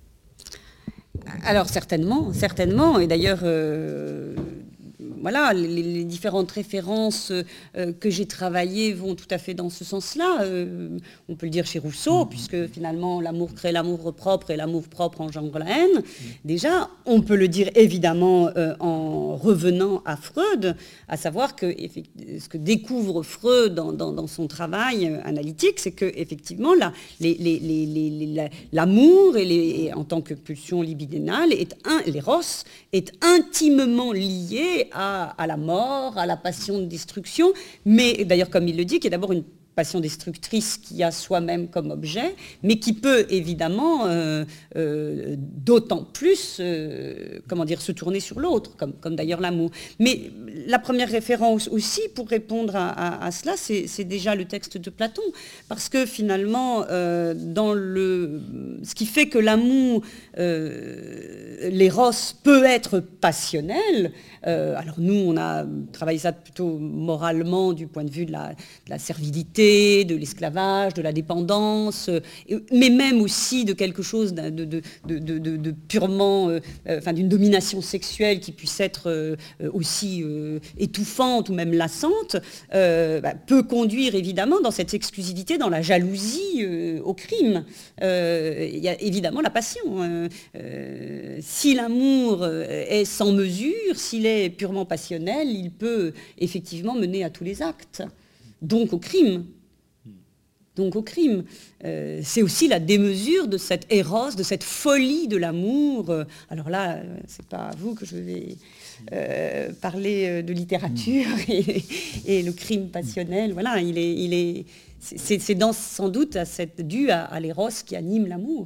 Alors certainement, certainement, et d'ailleurs, euh, voilà, les, les différentes références euh, que j'ai travaillées vont tout à fait dans ce sens-là. Euh, on peut le dire chez Rousseau, puisque finalement l'amour crée l'amour propre et l'amour propre engendre la haine. Déjà, on peut le dire évidemment euh, en revenant à Freud, à savoir que ce que découvre Freud dans, dans, dans son travail analytique, c'est que effectivement la, les, les, les, les, la, l'amour et, les, et en tant que pulsion libidinale, est un, l'éros, est intimement lié à à la mort, à la passion de destruction, mais d'ailleurs, comme il le dit, qui est d'abord une passion destructrice qui a soi-même comme objet, mais qui peut évidemment euh, euh, d'autant plus, euh, comment dire, se tourner sur l'autre, comme, comme d'ailleurs l'amour. Mais la première référence aussi pour répondre à, à, à cela, c'est, c'est déjà le texte de Platon, parce que finalement, euh, dans le, ce qui fait que l'amour, euh, l'éros peut être passionnel, euh, alors nous on a travaillé ça plutôt moralement du point de vue de la, de la servilité, de l'esclavage, de la dépendance, euh, mais même aussi de quelque chose de, de, de, de, de, de purement, euh, enfin d'une domination sexuelle qui puisse être euh, aussi euh, étouffante ou même lassante, euh, bah, peut conduire évidemment dans cette exclusivité, dans la jalousie, euh, au crime. Euh, il y a évidemment la passion. Euh, euh, si l'amour est sans mesure, s'il est purement passionnel, il peut effectivement mener à tous les actes, donc au crime. Donc au crime. Euh, c'est aussi la démesure de cette éros, de cette folie de l'amour. Alors là, c'est pas à vous que je vais euh, parler de littérature et, et le crime passionnel. Voilà, il est, il est, c'est, c'est dans, sans doute à cette, dû à, à l'éros qui anime l'amour.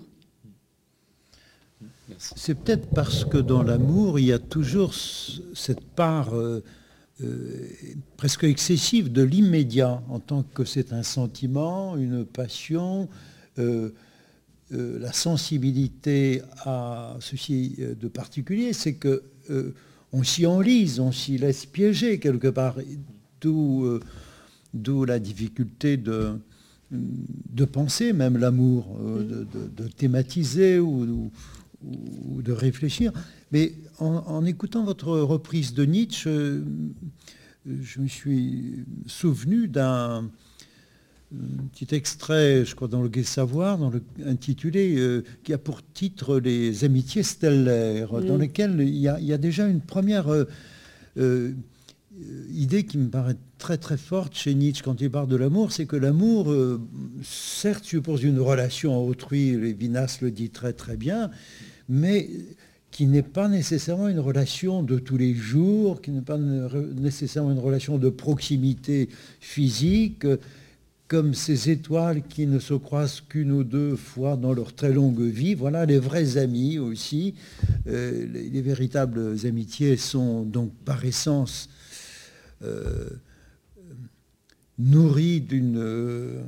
C'est peut-être parce que dans l'amour, il y a toujours cette part euh, euh, presque excessive de l'immédiat, en tant que c'est un sentiment, une passion, euh, euh, la sensibilité à ceci de particulier, c'est que euh, on s'y enlise, on s'y laisse piéger quelque part, d'où, euh, d'où la difficulté de, de penser même l'amour, euh, de, de, de thématiser ou, ou ou de réfléchir. Mais en, en écoutant votre reprise de Nietzsche, euh, je me suis souvenu d'un petit extrait, je crois, dans le Gai Savoir, dans le, intitulé, euh, qui a pour titre Les amitiés stellaires, mmh. dans lesquelles il y, a, il y a déjà une première euh, euh, idée qui me paraît très très forte chez Nietzsche quand il parle de l'amour, c'est que l'amour, euh, certes, suppose une relation à autrui, Lévinas le dit très très bien, mais qui n'est pas nécessairement une relation de tous les jours, qui n'est pas nécessairement une relation de proximité physique, comme ces étoiles qui ne se croisent qu'une ou deux fois dans leur très longue vie. Voilà, les vrais amis aussi. Euh, les, les véritables amitiés sont donc par essence euh, nourries d'une... Euh,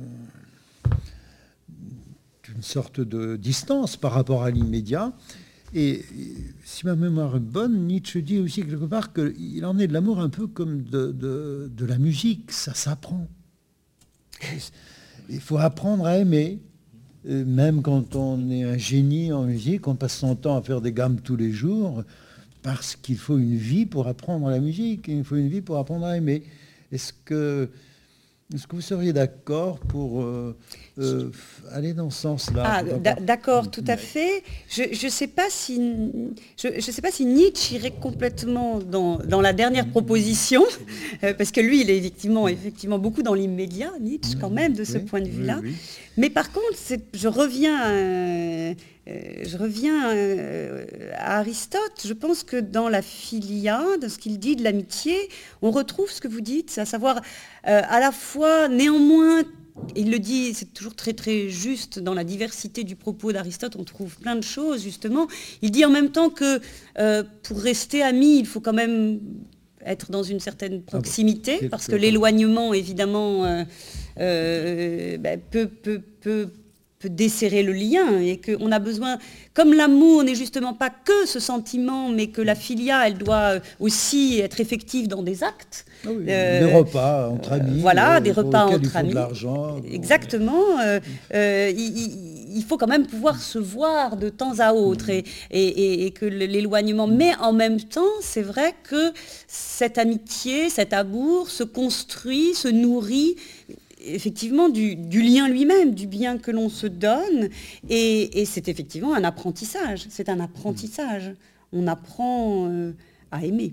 une sorte de distance par rapport à l'immédiat. Et si ma mémoire est bonne, Nietzsche dit aussi quelque part qu'il en est de l'amour un peu comme de, de, de la musique, ça s'apprend. Il faut apprendre à aimer, même quand on est un génie en musique, on passe son temps à faire des gammes tous les jours, parce qu'il faut une vie pour apprendre la musique, il faut une vie pour apprendre à aimer. Est-ce que... Est-ce que vous seriez d'accord pour euh, euh, aller dans ce sens-là? Ah, d'accord, tout à fait. Je ne sais pas si je, je sais pas si Nietzsche irait complètement dans, dans la dernière proposition, euh, parce que lui, il est effectivement, effectivement beaucoup dans l'immédiat, Nietzsche, quand même, de ce oui, point de vue-là. Oui, oui. Mais par contre, c'est, je reviens à, euh, je reviens à Aristote. Je pense que dans la philia, dans ce qu'il dit de l'amitié, on retrouve ce que vous dites, à savoir euh, à la fois, néanmoins, il le dit, c'est toujours très très juste, dans la diversité du propos d'Aristote, on trouve plein de choses, justement. Il dit en même temps que euh, pour rester amis, il faut quand même être dans une certaine proximité, ah bon, parce que l'éloignement, évidemment, euh, euh, ben, peut... peut, peut peut desserrer le lien, et qu'on a besoin, comme l'amour n'est justement pas que ce sentiment, mais que la philia, elle doit aussi être effective dans des actes. Ah oui, euh, des repas entre amis. Euh, voilà, euh, des repas entre il faut amis. De l'argent. Exactement. Euh, euh, il, il faut quand même pouvoir se voir de temps à autre, mmh. et, et, et que l'éloignement. Mais en même temps, c'est vrai que cette amitié, cet amour se construit, se nourrit effectivement du, du lien lui-même, du bien que l'on se donne, et, et c'est effectivement un apprentissage, c'est un apprentissage. On apprend euh, à aimer.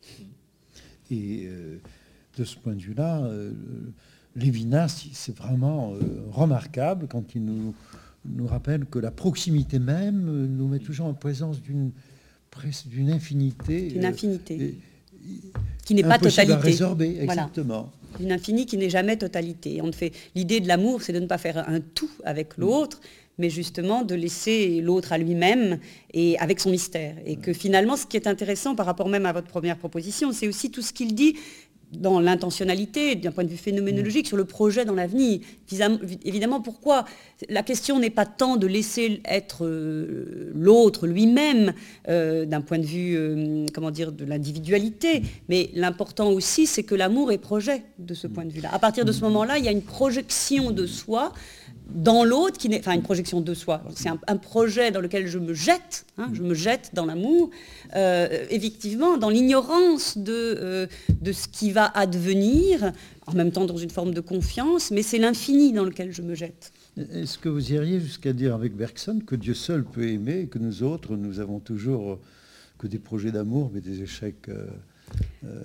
Et euh, de ce point de vue-là, euh, Lévinas, c'est vraiment euh, remarquable quand il nous, nous rappelle que la proximité même euh, nous met toujours en présence d'une, d'une infinité. D'une infinité. Euh, qui n'est pas totalité. À résorber, exactement. Voilà. Une infinie qui n'est jamais totalité. On fait, l'idée de l'amour, c'est de ne pas faire un tout avec l'autre, mais justement de laisser l'autre à lui-même et avec son mystère. Et que finalement, ce qui est intéressant par rapport même à votre première proposition, c'est aussi tout ce qu'il dit dans l'intentionnalité, d'un point de vue phénoménologique, sur le projet dans l'avenir. Évidemment, pourquoi la question n'est pas tant de laisser être euh, l'autre lui-même, euh, d'un point de vue, euh, comment dire, de l'individualité, mais l'important aussi, c'est que l'amour est projet de ce point de vue-là. À partir de ce moment-là, il y a une projection de soi dans l'autre, qui n'est, enfin une projection de soi, c'est un, un projet dans lequel je me jette, hein, je me jette dans l'amour, euh, effectivement, dans l'ignorance de, euh, de ce qui va advenir, en même temps dans une forme de confiance, mais c'est l'infini dans lequel je me jette. Est-ce que vous iriez jusqu'à dire avec Bergson que Dieu seul peut aimer et que nous autres, nous avons toujours que des projets d'amour, mais des échecs euh, euh,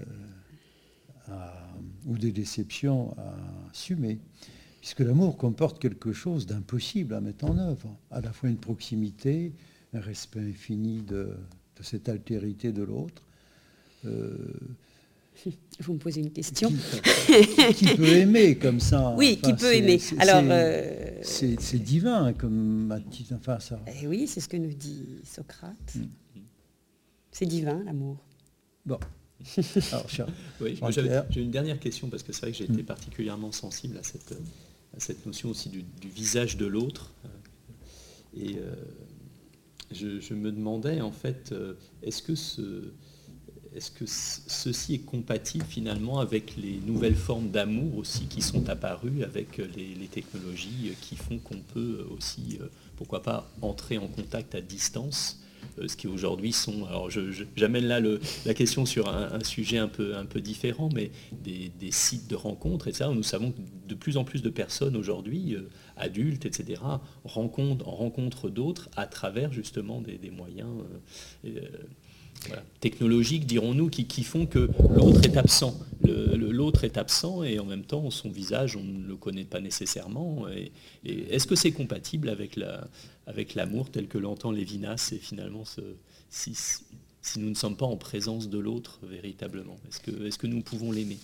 à, ou des déceptions à assumer ? Puisque l'amour comporte quelque chose d'impossible à mettre en œuvre, à la fois une proximité, un respect infini de, de cette altérité de l'autre. Euh, Vous me posez une question. Qui, qui peut aimer comme ça? Oui, enfin, qui peut aimer. C'est, Alors, c'est, euh... c'est, c'est divin comme attitude. Enfin, ça. Eh oui, c'est ce que nous dit Socrate. Mm. C'est divin, l'amour. Bon. Alors, cher, oui, j'ai, j'ai une dernière question, parce que c'est vrai que j'ai été particulièrement sensible à cette, à cette notion aussi du, du visage de l'autre. Et euh, je, je me demandais, en fait, est-ce que, ce, est-ce que ceci est compatible finalement avec les nouvelles formes d'amour aussi qui sont apparues avec les, les technologies qui font qu'on peut aussi, pourquoi pas, entrer en contact à distance, ce qui aujourd'hui sont, alors je, je, j'amène là le, la question sur un, un sujet un peu, un peu différent, mais des, des sites de rencontres, et cetera. Nous savons que de plus en plus de personnes aujourd'hui, euh, adultes, et cetera, rencontrent, rencontrent d'autres à travers justement des, des moyens euh, euh, voilà, technologiques, dirons-nous, qui, qui font que l'autre est absent. Le, le, l'autre est absent et en même temps, son visage, on ne le connaît pas nécessairement. Et, et est-ce que c'est compatible avec, la, avec l'amour tel que l'entend Lévinas et finalement, ce, si, si nous ne sommes pas en présence de l'autre véritablement, est-ce que, est-ce que nous pouvons l'aimer?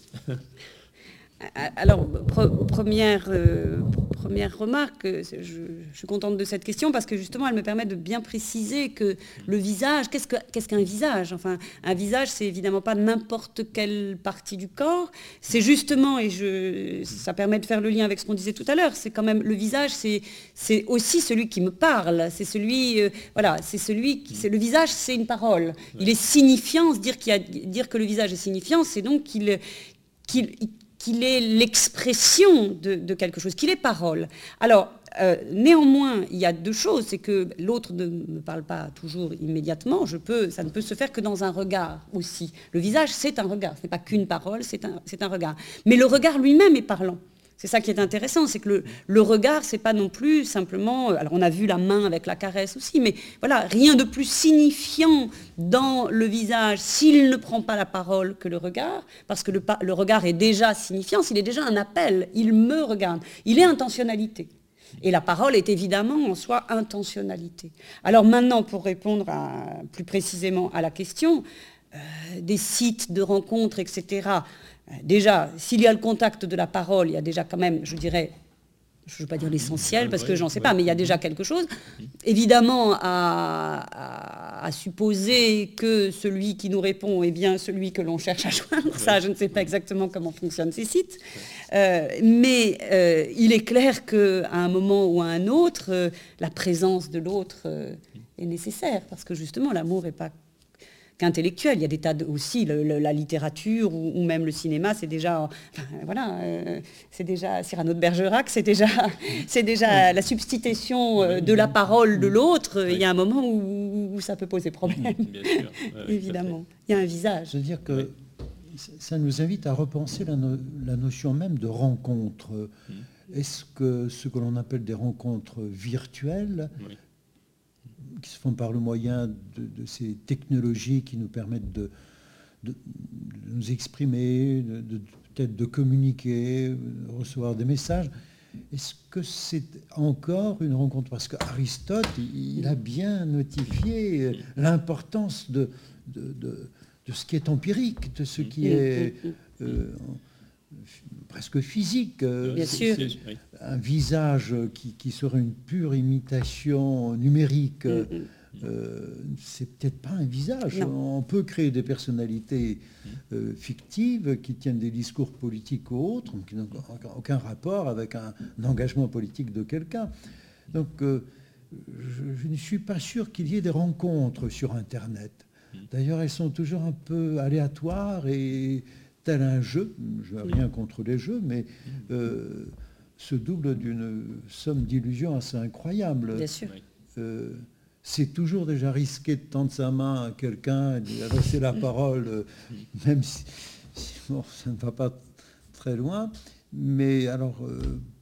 Alors, pre- première, euh, première remarque, je, je suis contente de cette question parce que justement, elle me permet de bien préciser que le visage, qu'est-ce, que, qu'est-ce qu'un visage? Enfin, un visage, c'est évidemment pas n'importe quelle partie du corps. C'est justement, et je, ça permet de faire le lien avec ce qu'on disait tout à l'heure, c'est quand même, le visage, c'est, c'est aussi celui qui me parle. C'est celui, euh, voilà, c'est celui qui, c'est, le visage, c'est une parole. Il est signifiant, dire, qu'il y a, dire que le visage est signifiant, c'est donc qu'il... qu'il qu'il est l'expression de, de quelque chose, qu'il est parole. Alors, euh, néanmoins, il y a deux choses, c'est que l'autre ne me parle pas toujours immédiatement, je peux, ça ne peut se faire que dans un regard aussi. Le visage, c'est un regard, ce n'est pas qu'une parole, c'est un, c'est un regard. Mais le regard lui-même est parlant. C'est ça qui est intéressant, c'est que le, le regard, c'est pas non plus simplement... Alors on a vu la main avec la caresse aussi, mais voilà, rien de plus signifiant dans le visage s'il ne prend pas la parole que le regard, parce que le, le regard est déjà signifiant, s'il est déjà un appel, il me regarde, il est intentionnalité. Et la parole est évidemment en soi intentionnalité. Alors maintenant, pour répondre à, plus précisément à la question, euh, des sites de rencontres, et cetera, déjà, s'il y a le contact de la parole, il y a déjà quand même, je dirais, je ne veux pas dire l'essentiel parce que j'en sais pas, mais il y a déjà quelque chose. Évidemment, à, à, à supposer que celui qui nous répond est bien celui que l'on cherche à joindre, ça, je ne sais pas exactement comment fonctionnent ces sites. Euh, mais euh, il est clair qu'à un moment ou à un autre, euh, la présence de l'autre euh, est nécessaire parce que justement, l'amour n'est pas qu'intellectuel. Il y a des tas de, aussi le, le, la littérature ou, ou même le cinéma, c'est déjà, enfin, voilà, euh, c'est déjà Cyrano de Bergerac, c'est déjà, c'est déjà la substitution euh, de la parole de l'autre. Oui. Il y a un moment où, où ça peut poser problème. Bien sûr. Ouais, évidemment. Il y a un visage. C'est-à-dire que ça nous invite à repenser la, no- la notion même de rencontre. Mmh. Est-ce que ce que l'on appelle des rencontres virtuelles, oui, qui se font par le moyen de, de ces technologies qui nous permettent de, de, de nous exprimer, de, de, peut-être de communiquer, de recevoir des messages. Est-ce que c'est encore une rencontre? Parce qu'Aristote, il, il a bien notifié l'importance de, de, de, de ce qui est empirique, de ce qui est... Euh, presque physique. Bien sûr. Un visage qui, qui serait une pure imitation numérique, mm-hmm. euh, c'est peut-être pas un visage. Non. On peut créer des personnalités euh, fictives qui tiennent des discours politiques ou autres, qui n'ont aucun rapport avec un, un engagement politique de quelqu'un. Donc, euh, je, je ne suis pas sûr qu'il y ait des rencontres sur Internet. D'ailleurs, elles sont toujours un peu aléatoires et tel un jeu, je n'ai rien contre les jeux, mais euh, se double d'une somme d'illusions assez incroyable. Bien sûr. Euh, c'est toujours déjà risqué de tendre sa main à quelqu'un et de lui adresser la parole, euh, même si, si bon, ça ne va pas très loin. Mais alors, euh,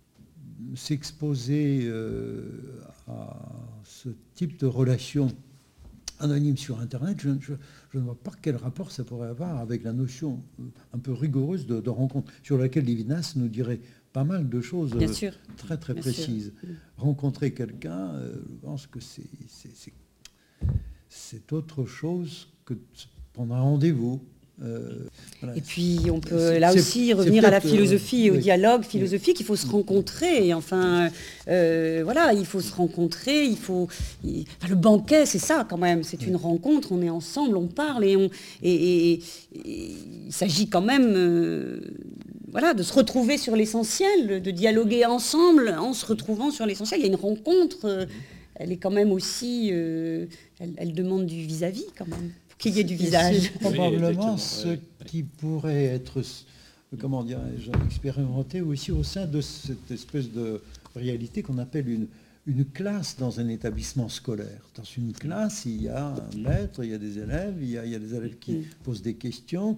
s'exposer euh, à ce type de relation anonyme sur Internet, je, je, je ne vois pas quel rapport ça pourrait avoir avec la notion un peu rigoureuse de, de rencontre, sur laquelle Lévinas nous dirait pas mal de choses Bien euh, sûr. très très Bien précises. sûr. Rencontrer quelqu'un, euh, je pense que c'est, c'est, c'est, c'est autre chose que de prendre un rendez-vous. Euh, voilà. Et puis on peut c'est, là c'est, aussi revenir à la philosophie, euh, au oui. dialogue philosophique. Il faut se rencontrer. Et enfin, euh, voilà, il faut se rencontrer. Il faut il, enfin, le banquet, c'est ça quand même. C'est une rencontre. On est ensemble, on parle et on et, et, et il s'agit quand même, euh, voilà, de se retrouver sur l'essentiel, de dialoguer ensemble en se retrouvant sur l'essentiel. Il y a une rencontre. Euh, elle est quand même aussi, euh, elle, elle demande du vis-à-vis quand même. Qu'il y ait du visage. C'est probablement oui, ce oui, qui pourrait être, comment dirais-je, expérimenté aussi au sein de cette espèce de réalité qu'on appelle une, une classe dans un établissement scolaire. Dans une classe, il y a un maître, il y a des élèves, il y a, il y a des élèves qui mm. posent des questions.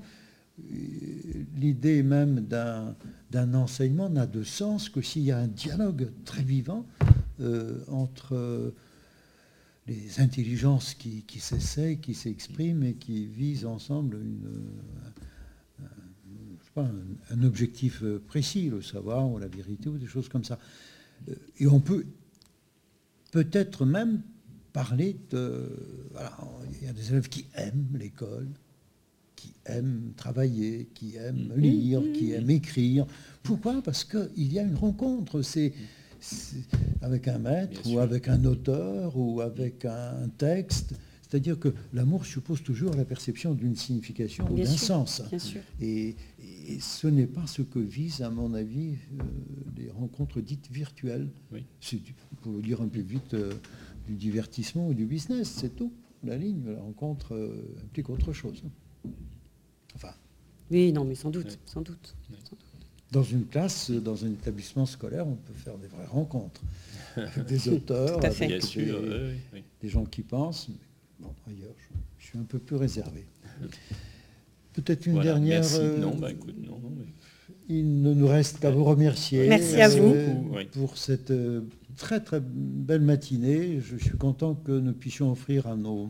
L'idée même d'un, d'un enseignement n'a de sens que s'il y a un dialogue très vivant euh, entre... Euh, les intelligences qui, qui s'essayent, qui s'expriment et qui visent ensemble une, un, je sais pas, un, un objectif précis, le savoir ou la vérité ou des choses comme ça. Et on peut peut-être même parler de... Voilà, il y a des élèves qui aiment l'école, qui aiment travailler, qui aiment lire, qui aiment écrire. Pourquoi ? Parce qu'il y a une rencontre. C'est... avec un maître ou avec un auteur ou avec un texte. C'est-à-dire que l'amour suppose toujours la perception d'une signification ou d'un sens. Et, et ce n'est pas ce que visent, à mon avis, euh, les rencontres dites virtuelles. Oui. C'est, pour le dire un peu vite, euh, du divertissement ou du business, c'est tout. La ligne, la rencontre euh, implique autre chose. Enfin. Oui, non, mais sans doute, oui. sans doute. Oui. Sans doute. Dans une classe, dans un établissement scolaire, on peut faire des vraies rencontres. Avec des auteurs, avec des, sûr, oui, oui. des gens qui pensent. Mais bon, ailleurs, je, je suis un peu plus réservé. Peut-être une voilà, dernière... Merci. Euh, non, bah, écoute, non, non, mais... Il ne nous reste qu'à vous remercier. Merci à vous. Euh, pour cette euh, très très belle matinée. Je suis content que nous puissions offrir à nos...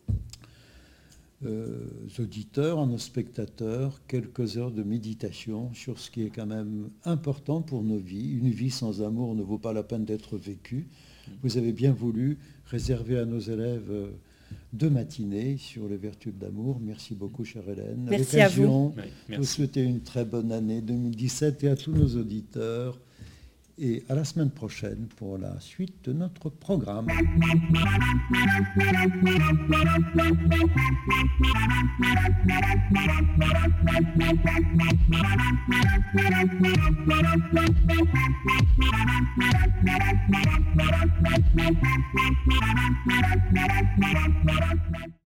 Euh, auditeurs, à nos spectateurs, quelques heures de méditation sur ce qui est quand même important pour nos vies. Une vie sans amour ne vaut pas la peine d'être vécue. Vous avez bien voulu réserver à nos élèves deux matinées sur les vertus de l'amour. Merci beaucoup, chère Hélène. Merci à vous. Oui, vous souhaitez une très bonne année deux mille dix-sept et à tous nos auditeurs. Et à la semaine prochaine pour la suite de notre programme.